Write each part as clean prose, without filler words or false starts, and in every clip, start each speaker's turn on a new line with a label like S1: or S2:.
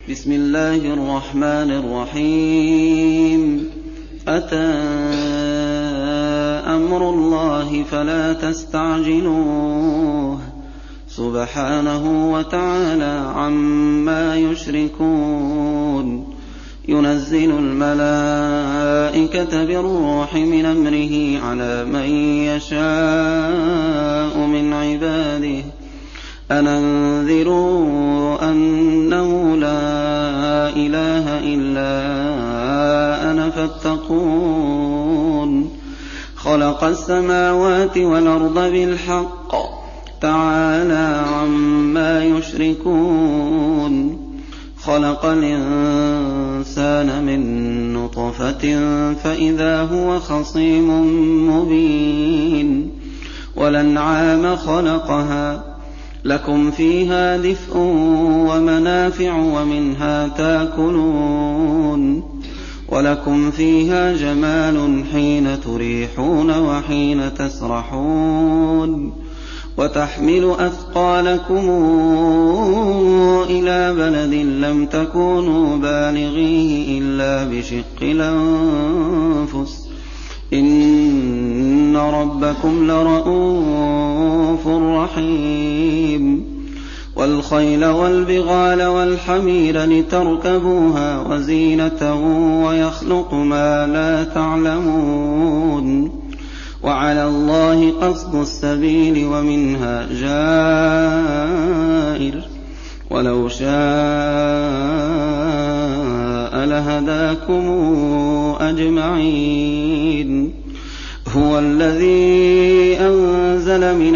S1: بسم الله الرحمن الرحيم أتى أمر الله فلا تستعجلوه سبحانه وتعالى عما يشركون ينزل الملائكة بالروح من أمره على من يشاء من عباده أن أنذروا أنه لا إله إلا أنا فاتقون خلق السماوات والأرض بالحق تعالى عما يشركون خلق الإنسان من نطفة فإذا هو خصيم مبين والأنعام خلقها لكم فيها دفء ومنافع ومنها تاكلون ولكم فيها جمال حين تريحون وحين تسرحون وتحمل أثقالكم إلى بلد لم تكونوا بالغيه إلا بشق الأنفس إن ربكم لرءوف رحيم والخيل والبغال والحمير لتركبوها وزينة ويخلق ما لا تعلمون وعلى الله قصد السبيل ومنها جائر ولو شاء لهداكم أجمعين هو الذي أنزل من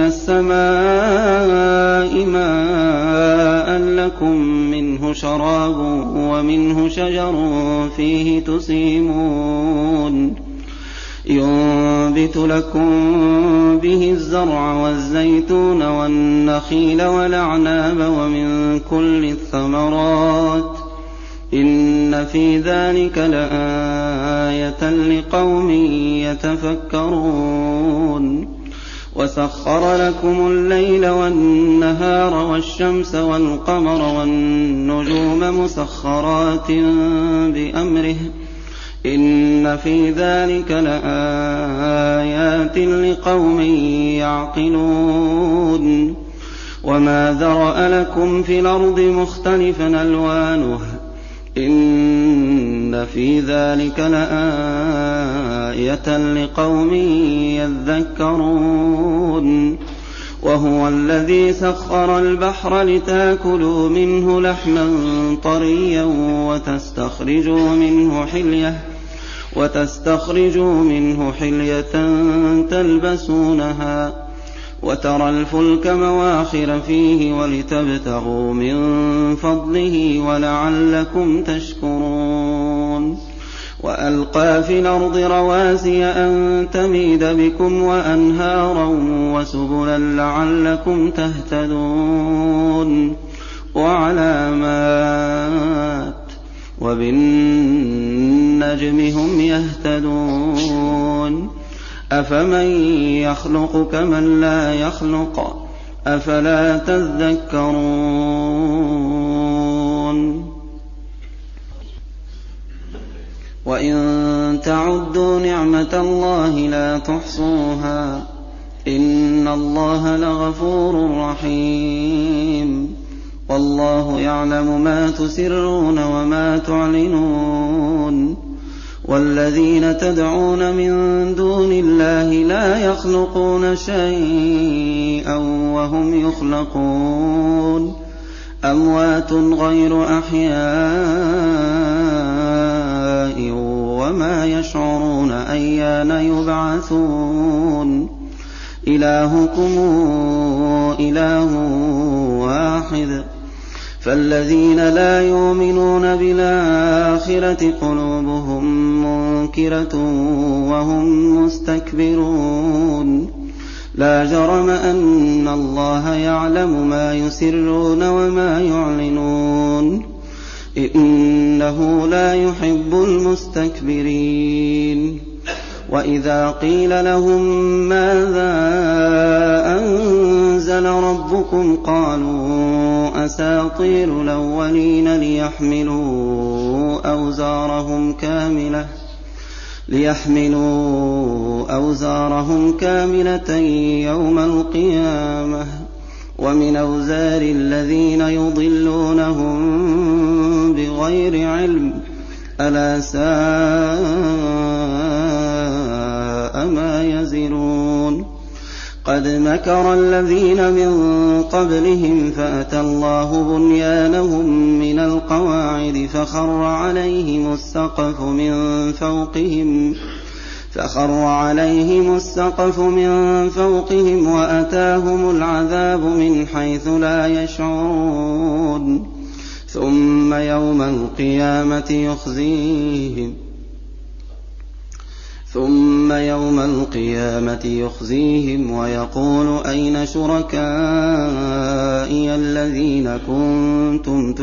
S1: السماء ماء لكم منه شراب ومنه شجر فيه تسيمون ينبت لكم به الزرع والزيتون والنخيل والأعناب ومن كل الثمرات إن في ذلك لآية لقوم يتفكرون وسخر لكم الليل والنهار والشمس والقمر والنجوم مسخرات بأمره إن في ذلك لآيات لقوم يعقلون وما ذرأ لكم في الأرض مختلفا ألوانه إن في ذلك لآية لقوم يذكرون وهو الذي سخر البحر لتاكلوا منه لحما طريا وتستخرجوا منه حلية تلبسونها وترى الفلك مواخر فيه ولتبتغوا من فضله ولعلكم تشكرون وألقى في الأرض رواسي أن تميد بكم وأنهارا وسبلا لعلكم تهتدون وعلامات وبالنجم هم يهتدون أفمن يخلق كمن لا يخلق أفلا تذكرون وإن تعدوا نعمة الله لا تحصوها إن الله لغفور رحيم والله يعلم ما تسرون وما تعلنون والذين تدعون من دون الله لا يخلقون شيئا وهم يخلقون أموات غير أحياء وما يشعرون أيان يبعثون إلهكم إله واحد فالذين لا يؤمنون بالآخرة قلوبهم منكرة وهم مستكبرون لا جرم أن الله يعلم ما يسرون وما يعلنون إنه لا يحب المستكبرين وإذا قيل لهم ماذا أنزل أنزل ربكم قالوا أساطير الأولين ليحملوا أوزارهم كاملة يوم القيامة ومن أوزار الذين يضلونهم بغير علم ألا ساء ما يزرون قد مكر الذين من قبلهم فأتى الله بنيانهم من القواعد فخر عليهم السقف من فوقهم وأتاهم العذاب من حيث لا يشعرون ثم يوم القيامة يخزيهم ويقول أين شركائي الذين كنتم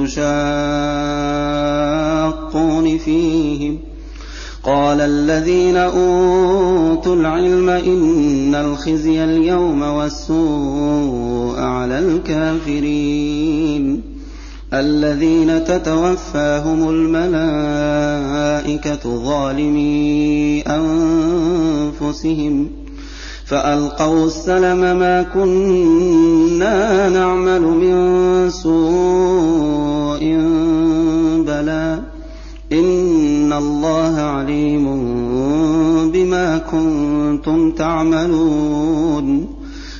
S1: تشاقون فيهم قال الذين أوتوا العلم إن الخزي اليوم والسوء على الكافرين الذين تتوفاهم الملائكة ظالمي أنفسهم فألقوا السلم ما كنا نعمل من سوء بلى إن الله عليم بما كنتم تعملون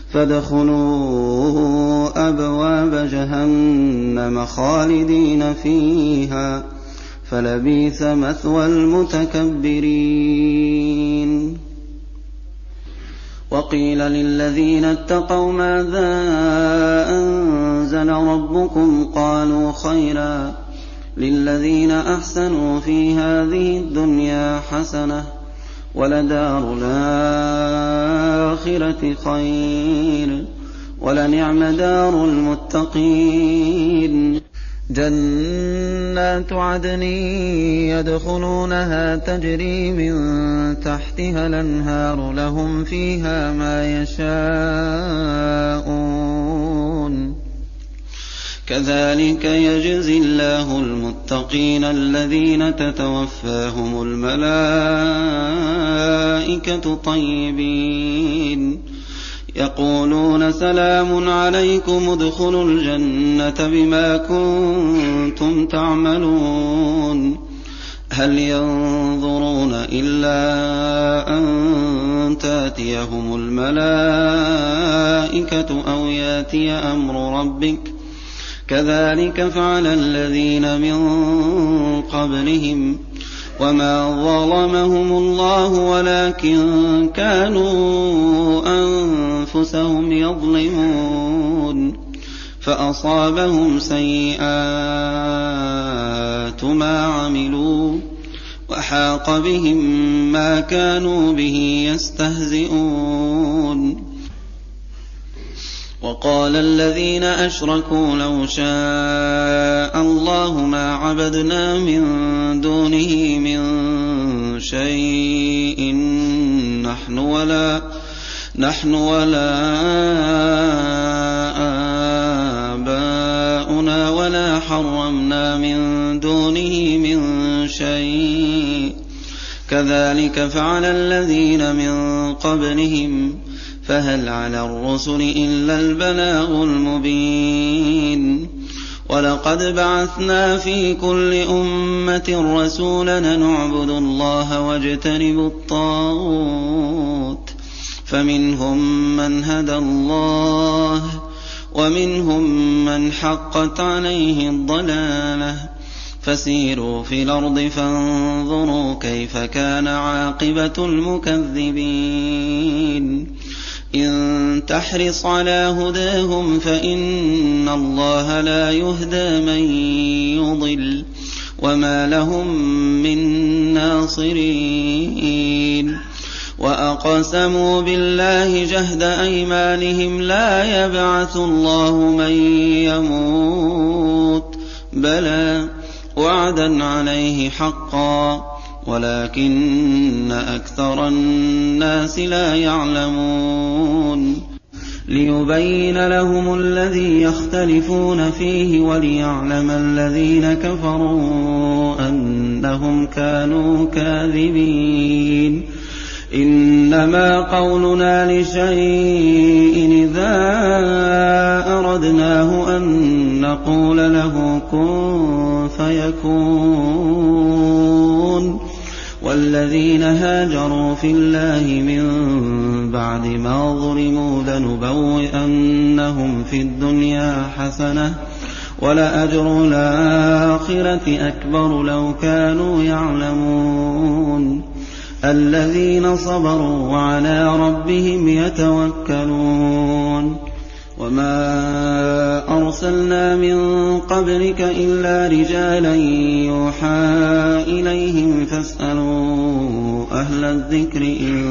S1: فادخلوا أبواب جهنم خالدين فيها فلبئس مثوى المتكبرين وقيل للذين اتقوا ماذا أنزل ربكم قالوا خيرا للذين أحسنوا في هذه الدنيا حسنة ولدار الآخرة خير ولنعم دار المتقين جنات عدن يدخلونها تجري من تحتها الأنهار لهم فيها ما يشاءون كذلك يجزي الله المتقين الذين تتوفاهم الملائكة طيبين يقولون سلام عليكم ادخلوا الجنة بما كنتم تعملون هل ينظرون إلا أن تأتيهم الملائكة أو يأتي أمر ربك كذلك فعل الذين من قبلهم وما ظلمهم الله ولكن كانوا أنفسهم يظلمون فأصابهم سيئات ما عملوا وحاق بهم ما كانوا به يستهزئون وقال الذين أشركوا لو شاء الله ما عبدنا من دونه من شيء نحن ولا آباؤنا ولا حرمنا من دونه من شيء كذلك فعل الذين من قبلهم فهل على الرسل إلا البلاغ المبين ولقد بعثنا في كل أمة رسولا نعبد الله واجتنب الطاغوت فمنهم من هدى الله ومنهم من حقت عليه الضلالة فسيروا في الأرض فانظروا كيف كان عاقبة المكذبين إن تحرص على هداهم فإن الله لا يهدى من يضل وما لهم من ناصرين وأقسموا بالله جهد أيمانهم لا يبعث الله من يموت بلى وعدا عليه حقا ولكن أكثر الناس لا يعلمون ليبين لهم الذي يختلفون فيه وليعلم الذين كفروا أنهم كانوا كاذبين. إنما قولنا لشيء إذا أردناه أن نقول له كن فيكون. والذين هاجروا في الله من بعد ما ظلموا لنبوئنهم في الدنيا حسنة ولأجر الآخرة أكبر لو كانوا يعلمون. الذين صبروا وعلى ربهم يتوكلون. وما أرسلنا من قبلك إلا رجالا يوحى إليهم فاسألوا أهل الذكر إن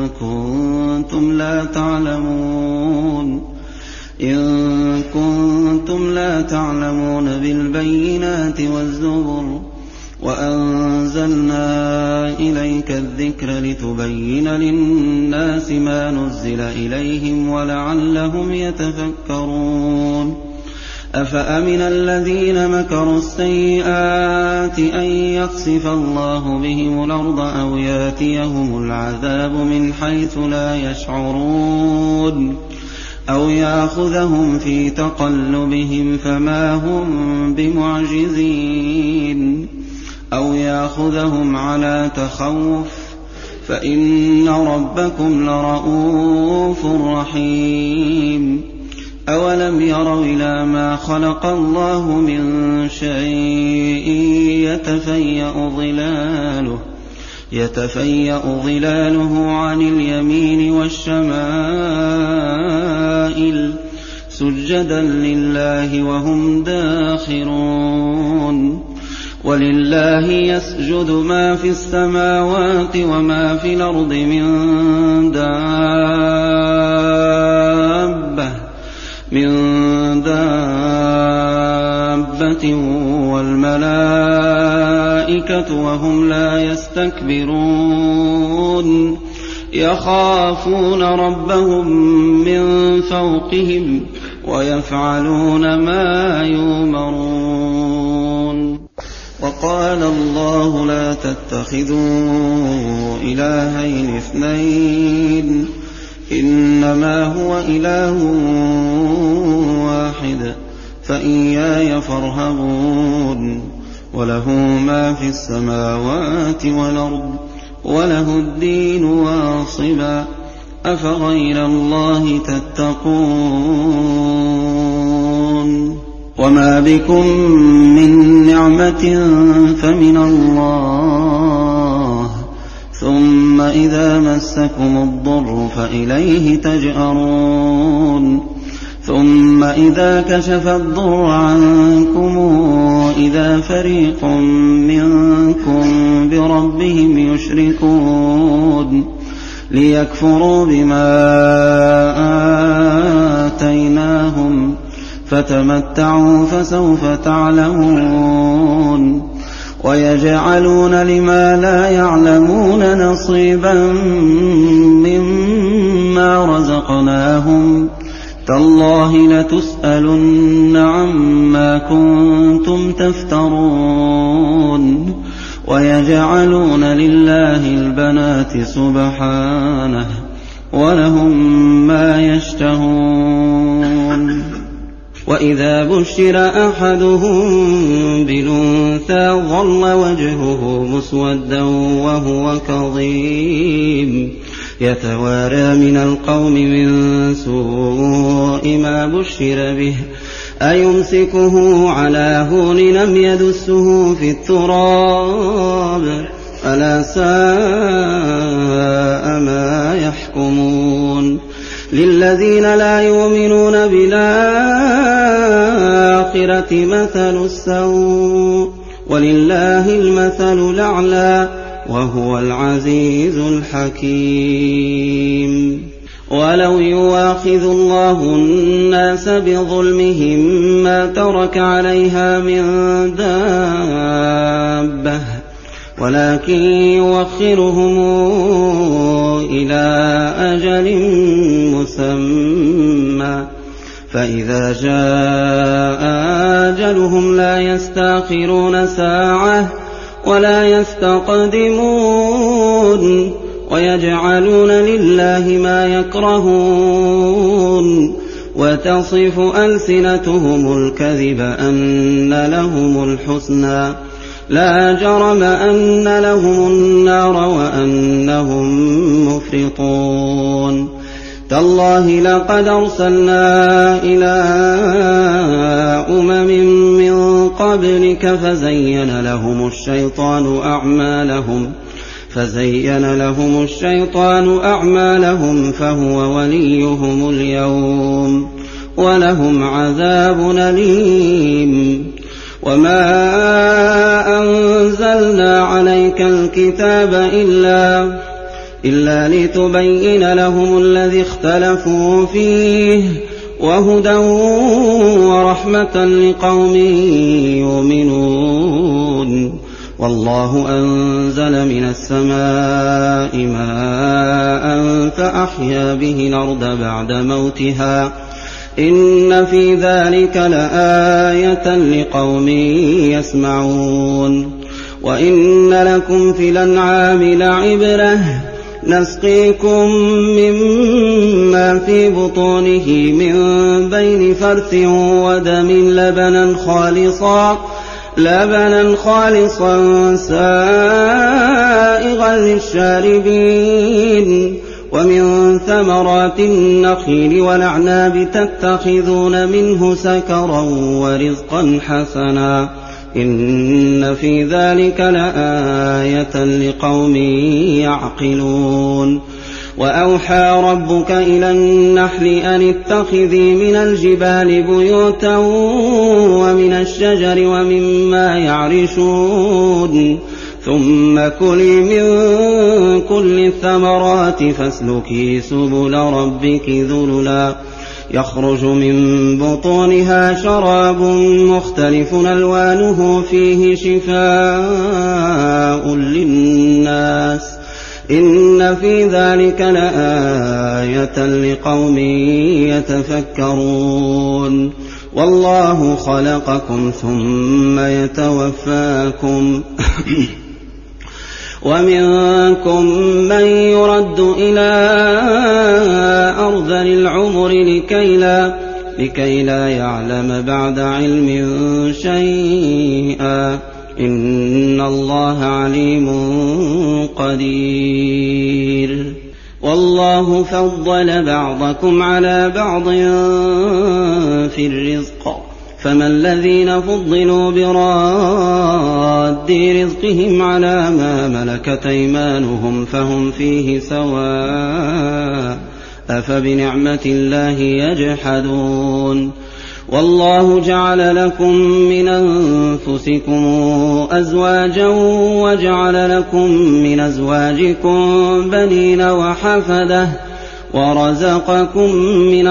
S1: كنتم لا تعلمون بالبينات والزبر. وأنزلنا إليك الذكر لتبين للناس ما نزل إليهم ولعلهم يتفكرون. أفأمن الذين مكروا السيئات أن يخسف الله بهم الأرض أو ياتيهم العذاب من حيث لا يشعرون أو يأخذهم في تقلبهم فما هم بمعجزين أو يأخذهم على تخوف فإن ربكم لرءوف رحيم. أولم يروا إلى ما خلق الله من شيء يتفيأ ظلاله عن اليمين والشمائل سجدا لله وهم داخرون. ولله يسجد ما في السماوات وما في الأرض من دابة والملائكة وهم لا يستكبرون يخافون ربهم من فوقهم ويفعلون ما يؤمرون. وقال الله لا تتخذوا إلهين اثنين إنما هو إله واحد فإياي فارهبون. وله ما في السماوات والأرض وله الدين واصبا أفغير الله تتقون. وما بكم من نعمة فمن الله ثم إذا مسكم الضر فإليه تجأرون. ثم إذا كشف الضر عنكم إذا فريق منكم بربهم يشركون ليكفروا بما آتيناهم فتمتعوا فسوف تعلمون. ويجعلون لما لا يعلمون نصيبا مما رزقناهم تالله لتسألن عما كنتم تفترون. ويجعلون لله البنات سبحانه ولهم ما يشتهون. وإذا بشر أحدهم بالأنثى ظل وجهه مسودا وهو كظيم يتوارى من القوم من سوء ما بشر به أيمسكه على هون لم يدسه في التراب ألا ساء ما يحكمون. للذين لا يؤمنون بالآخرة مثل السوء ولله المثل الأعلى وهو العزيز الحكيم. ولو يواخذ الله الناس بظلمهم ما ترك عليها من دابة ولكن يوخرهم إلى أجل مسمى مسمى فإذا جاء أجلهم لا يستأخرون ساعة ولا يستقدمون ويجعلون لله ما يكرهون وتصف ألسنتهم الكذب أن لهم الحسنى لا جرم أن لهم النار وأنهم مفرطون تالله لقد أرسلنا إلى أمم من قبلك فزين لهم الشيطان أعمالهم فهو وليهم اليوم ولهم عذاب أليم وما أنزلنا عليك الكتاب إلا لتبين لهم الذي اختلفوا فيه وهدى ورحمة لقوم يؤمنون والله أنزل من السماء ماء فأحيا به الأرض بعد موتها إن في ذلك لآية لقوم يسمعون وإن لكم في الأنعام لعبرة نسقيكم مما في بطونه من بين فرث ودم لبنا خالصا سائغا للشاربين ومن ثمرات النخيل والأعناب تتخذون منه سكرا ورزقا حسنا إن في ذلك لآية لقوم يعقلون وأوحى ربك إلى النحل أن اتخذي من الجبال بيوتا ومن الشجر ومما يعرشون ثم كلي من كل الثمرات فاسلكي سبل ربك ذللا يخرج من بطونها شراب مختلف ألوانه فيه شفاء للناس إن في ذلك لآية لقوم يتفكرون والله خلقكم ثم يتوفاكم ومنكم من يرد إلى أرذل العمر لكي لا يعلم بعد علم شيئا إن الله عليم قدير والله فضل بعضكم على بعض في الرزق فما الذين فضلوا براد رزقهم على ما ملكت أيمانهم فهم فيه سواء أفبنعمة الله يجحدون والله جعل لكم من أنفسكم أزواجا وجعل لكم من أزواجكم بنين وحفدة ورزقكم من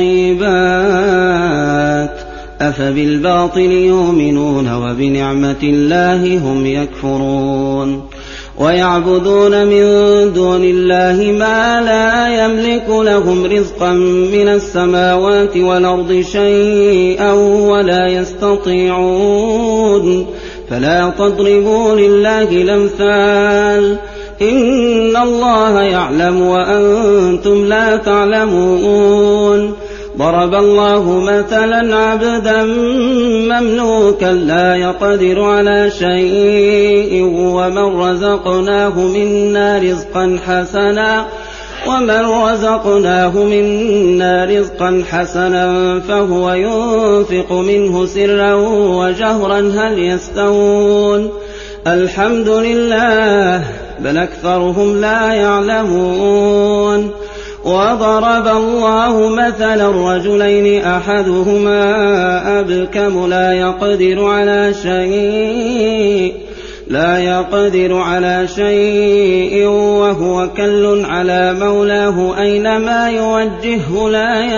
S1: الطيبات أفبالباطل يؤمنون وبنعمة الله هم يكفرون ويعبدون من دون الله ما لا يملك لهم رزقا من السماوات والأرض شيئا ولا يستطيعون فلا تضربوا لله الأمثال إن الله يعلم وأنتم لا تعلمون ضرب الله مثلا عبدا مملوكا لا يقدر على شيء ومن رزقناه منا رزقا حسنا فهو ينفق منه سرا وجهرا هل يستوون الحمد لله بل أكثرهم لا يعلمون وضرب الله مثلا رجلين أحدهما أبكم لا يقدر على شيء وهو كل على مولاه أينما يوجهه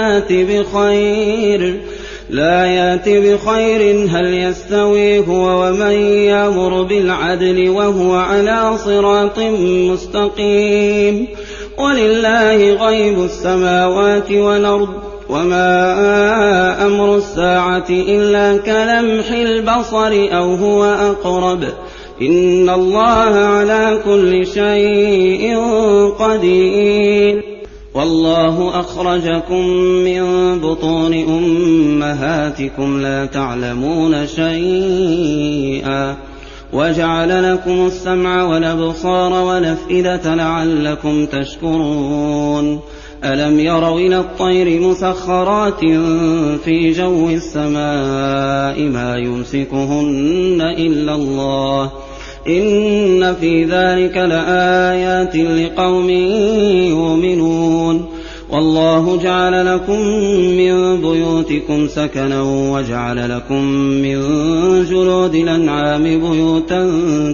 S1: لا يأتي بخير هل يستوي هو ومن يأمر بالعدل وهو على صراط مستقيم ولله غيب السماوات والأرض وما أمر الساعة إلا كلمح البصر أو هو أقرب إن الله على كل شيء قدير والله أخرجكم من بطون أمهاتكم لا تعلمون شيئا وجعل لكم السمع والأبصار والأفئدة لعلكم تشكرون ألم يروا إلى الطير مسخرات في جو السماء ما يمسكهن إلا الله إن في ذلك لآيات لقوم يؤمنون والله جعل لكم من بيوتكم سكنا وجعل لكم من جلود الأنعام بيوتا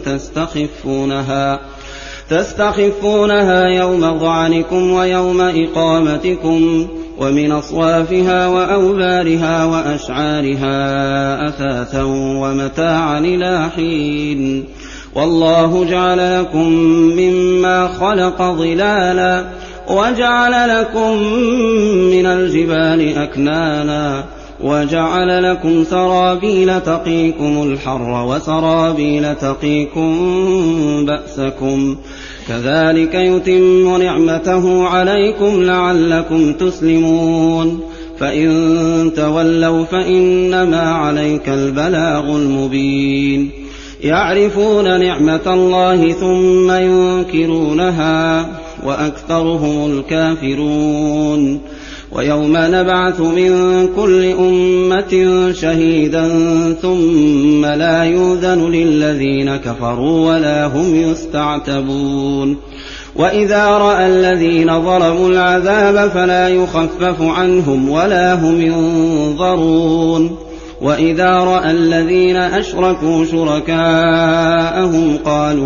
S1: تستخفونها يوم ظعنكم ويوم إقامتكم ومن أصوافها وأوبارها وأشعارها أثاثا ومتاعا إلى حين والله جعل لكم مما خلق ظلالا وجعل لكم من الجبال أكنانا وجعل لكم سرابيل تقيكم الحر وسرابيل تقيكم بأسكم كذلك يتم نعمته عليكم لعلكم تسلمون فإن تولوا فإنما عليك البلاغ المبين يعرفون نعمة الله ثم ينكرونها وأكثرهم الكافرون ويوم نبعث من كل أمة شهيدا ثم لا يؤذن للذين كفروا ولا هم يستعتبون وإذا رأى الذين ظلموا العذاب فلا يخفف عنهم ولا هم ينظرون وإذا رأى الذين أشركوا شركاءهم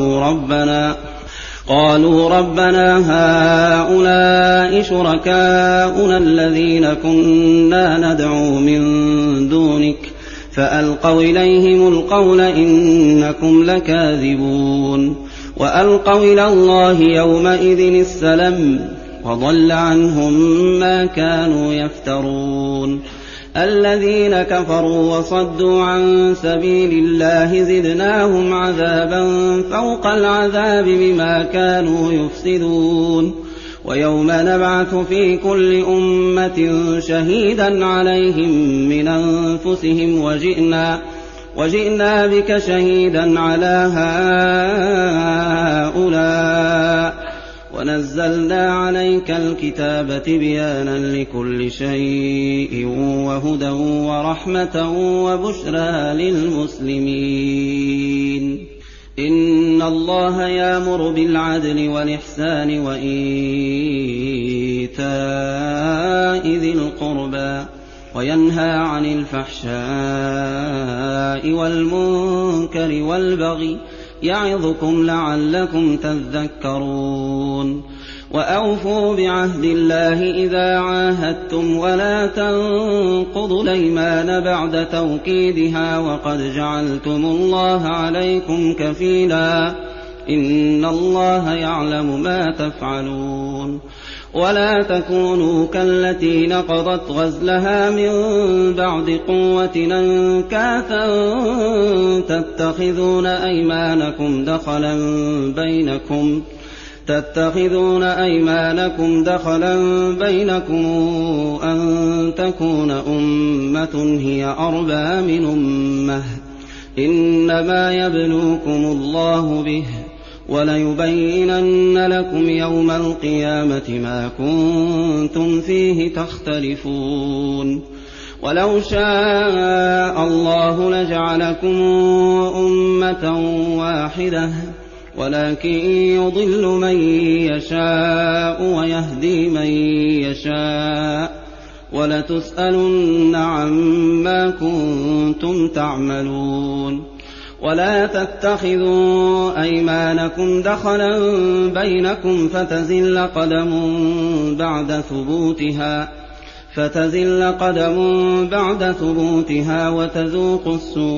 S1: قالوا ربنا هؤلاء شركاؤنا الذين كنا ندعو من دونك فألقوا إليهم القول إنكم لكاذبون وألقوا إلى الله يومئذ السلم وضل عنهم ما كانوا يفترون الذين كفروا وصدوا عن سبيل الله زدناهم عذابا فوق العذاب بما كانوا يفسدون ويوم نبعث في كل أمة شهيدا عليهم من أنفسهم وجئنا بك شهيدا على هؤلاء ونزلنا عليك الكتاب تبيانا لكل شيء وهدى ورحمة وبشرى للمسلمين إن الله يأمر بالعدل والإحسان وإيتاء ذي القربى وينهى عن الفحشاء والمنكر والبغي يعظكم لعلكم تذكرون وأوفوا بعهد الله إذا عاهدتم ولا تنقضوا الأيمان بعد توكيدها وقد جعلتم الله عليكم كفيلا إن الله يعلم ما تفعلون ولا تكونوا كالتي نقضت غزلها من بعد قوة أنكاثا تتخذون أيمانكم دخلا بينكم أن تكون أمة هي أربى من أمة إنما يبلوكم الله به وليبينن لكم يوم القيامة ما كنتم فيه تختلفون ولو شاء الله لجعلكم أمة واحدة ولكن يضل من يشاء ويهدي من يشاء ولتسألن عما كنتم تعملون ولا تتخذوا أيمانكم دخلا بينكم فتزل قدم بعد ثبوتها وتذوقوا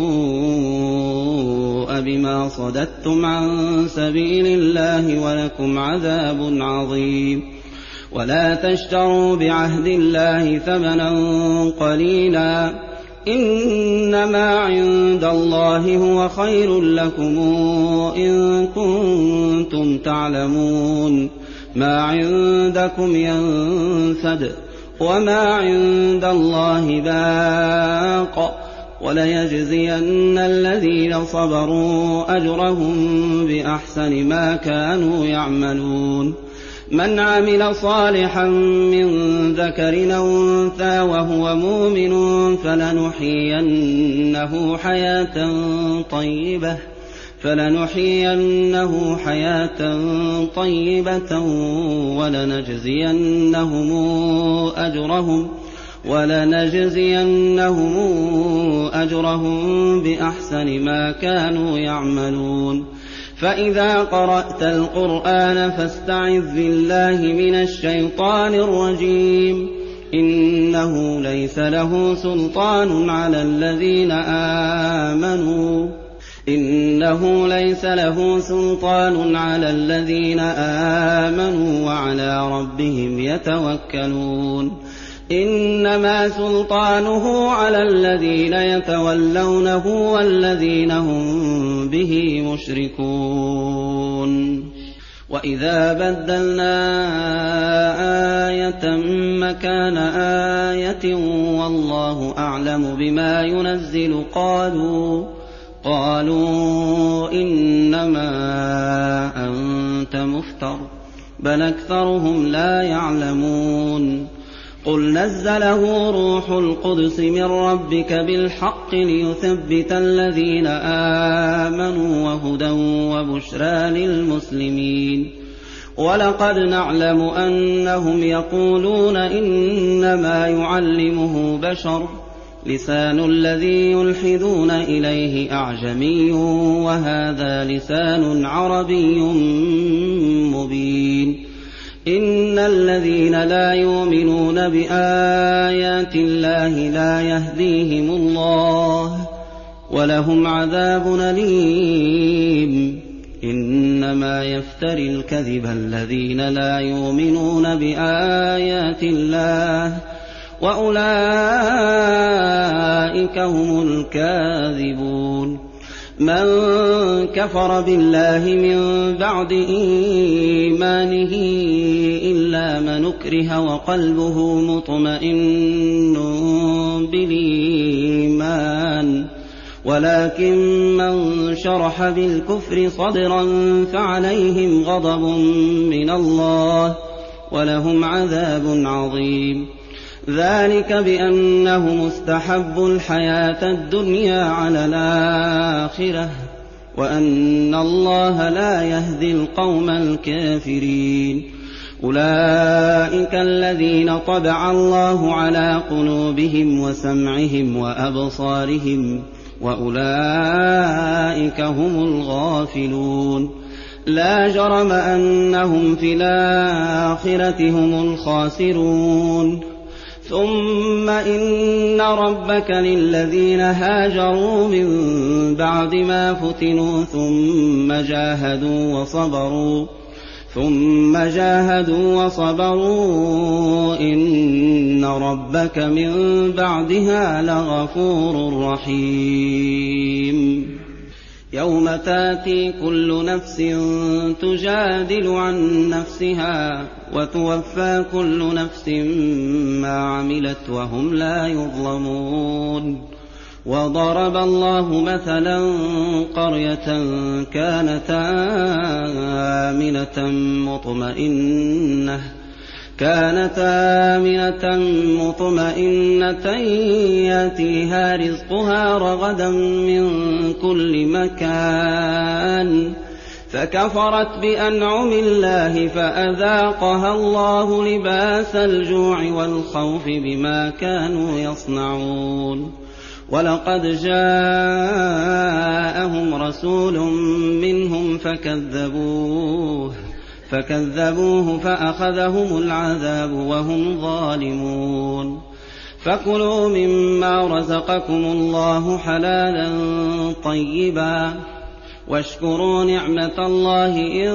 S1: السوء بما صددتم عن سبيل الله ولكم عذاب عظيم ولا تشتروا بعهد الله ثمنا قليلا إنما عند الله هو خير لكم إن كنتم تعلمون ما عندكم ينفد وما عند الله باق وليجزين الذين صبروا أجرهم بأحسن ما كانوا يعملون من عمل صالحا من ذكر أو أنثى وهو مؤمن فلنحيينه حياة طيبة ولنجزينهم أجرهم بأحسن ما كانوا يعملون فإذا قرأت القرآن فاستعذ بالله من الشيطان الرجيم إنه ليس له سلطان على الذين آمنوا وعلى ربهم يتوكلون إنما سلطانه على الذين يتولونه والذين هم به مشركون وإذا بدلنا آية مكان آية والله أعلم بما ينزل قالوا إنما أنت مفتر بل أكثرهم لا يعلمون قل نزله روح القدس من ربك بالحق ليثبت الذين آمنوا وهدى وبشرى للمسلمين ولقد نعلم أنهم يقولون إنما يعلمه بشر لسان الذي يلحدون إليه أعجمي وهذا لسان عربي مبين إن الذين لا يؤمنون بآيات الله لا يهديهم الله ولهم عذاب أليم إنما يفتري الكذب الذين لا يؤمنون بآيات الله وأولئك هم الكاذبون من كفر بالله من بعد إيمانه إلا من أكره وقلبه مطمئن بالإيمان ولكن من شرح بالكفر صدرا فعليهم غضب من الله ولهم عذاب عظيم ذلك بأنهم استحبوا الحياة الدنيا على الآخرة وأن الله لا يهدي القوم الكافرين أولئك الذين طبع الله على قلوبهم وسمعهم وأبصارهم وأولئك هم الغافلون لا جرم أنهم في الآخرة هم الخاسرون ثم إن ربك للذين هاجروا من بعد ما فتنوا ثم جاهدوا وصبروا إن ربك من بعدها لغفور رحيم يوم تاتي كل نفس تجادل عن نفسها وتوفى كل نفس ما عملت وهم لا يظلمون وضرب الله مثلا قرية كانت آمنة مطمئنة يأتيها رزقها رغدا من كل مكان فكفرت بأنعم الله فأذاقها الله لباس الجوع والخوف بما كانوا يصنعون ولقد جاءهم رسول منهم فكذبوه فأخذهم العذاب وهم ظالمون فكلوا مما رزقكم الله حلالا طيبا واشكروا نعمة الله إن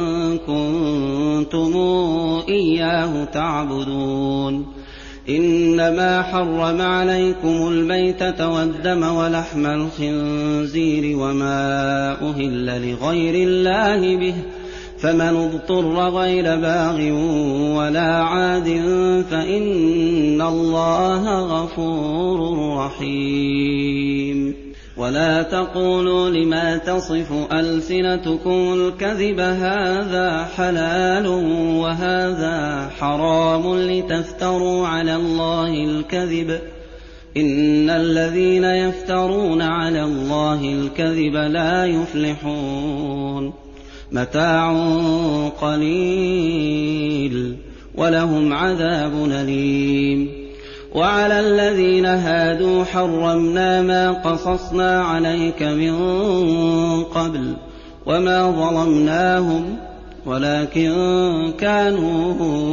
S1: كنتم إياه تعبدون إنما حرم عليكم الميتة والدم ولحم الخنزير وما أهل لغير الله به فمن اضطر غير باغ ولا عاد فإن الله غفور رحيم ولا تقولوا لما تصف ألسنتكم الكذب هذا حلال وهذا حرام لتفتروا على الله الكذب إن الذين يفترون على الله الكذب لا يفلحون متاع قليل ولهم عذاب أليم وعلى الذين هادوا حرمنا ما قصصنا عليك من قبل وما ظلمناهم ولكن كانوا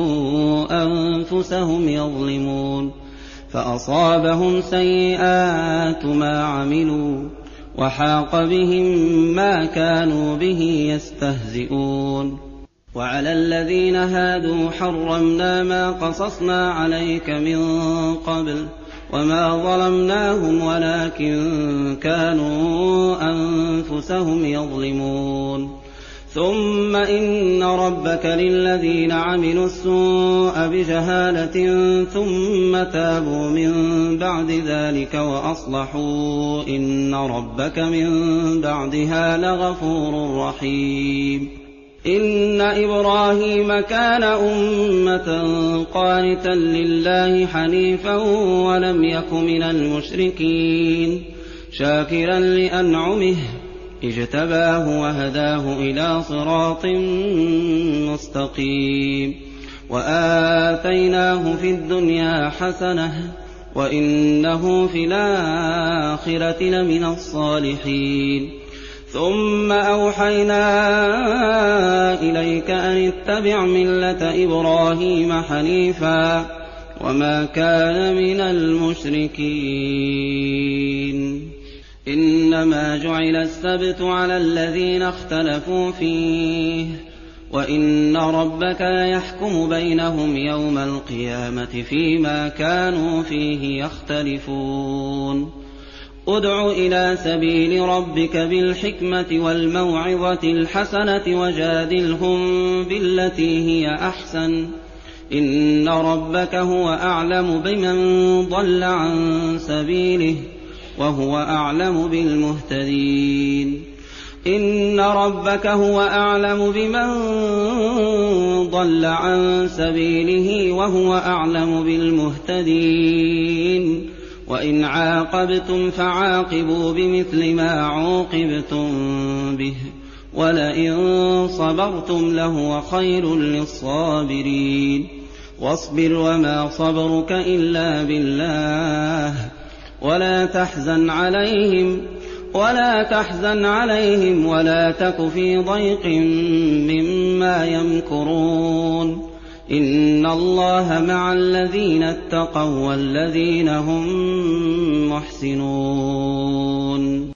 S1: أنفسهم يظلمون فأصابهم سيئات ما عملوا وحاق بهم ما كانوا به يستهزئون وعلى الذين هادوا حرمنا ما قصصنا عليك من قبل وما ظلمناهم ولكن كانوا أنفسهم يظلمون ثم إن ربك للذين عملوا السوء بجهالة ثم تابوا من بعد ذلك وأصلحوا إن ربك من بعدها لغفور رحيم إن إبراهيم كان أمة قانتا لله حنيفا ولم يك من المشركين شاكرا لأنعمه اجتباه وهداه إلى صراط مستقيم وآتيناه في الدنيا حسنة وإنه في الآخرة لمن الصالحين ثم أوحينا إليك أن اتبع ملة إبراهيم حنيفا وما كان من المشركين إنما جعل السبت على الذين اختلفوا فيه وإن ربك ليحكم بينهم يوم القيامة فيما كانوا فيه يختلفون ادع إلى سبيل ربك بالحكمة والموعظة الحسنة وجادلهم بالتي هي أحسن إن ربك هو أعلم بمن ضل عن سبيله وهو أعلم بالمهتدين إن ربك هو أعلم بمن ضل عن سبيله وهو أعلم بالمهتدين وإن عاقبتم فعاقبوا بمثل ما عوقبتم به ولئن صبرتم لهو خير للصابرين واصبر وما صبرك إلا بالله ولا تحزن عليهم ولا تك في ضيق مما يمكرون إن الله مع الذين اتقوا والذين هم محسنون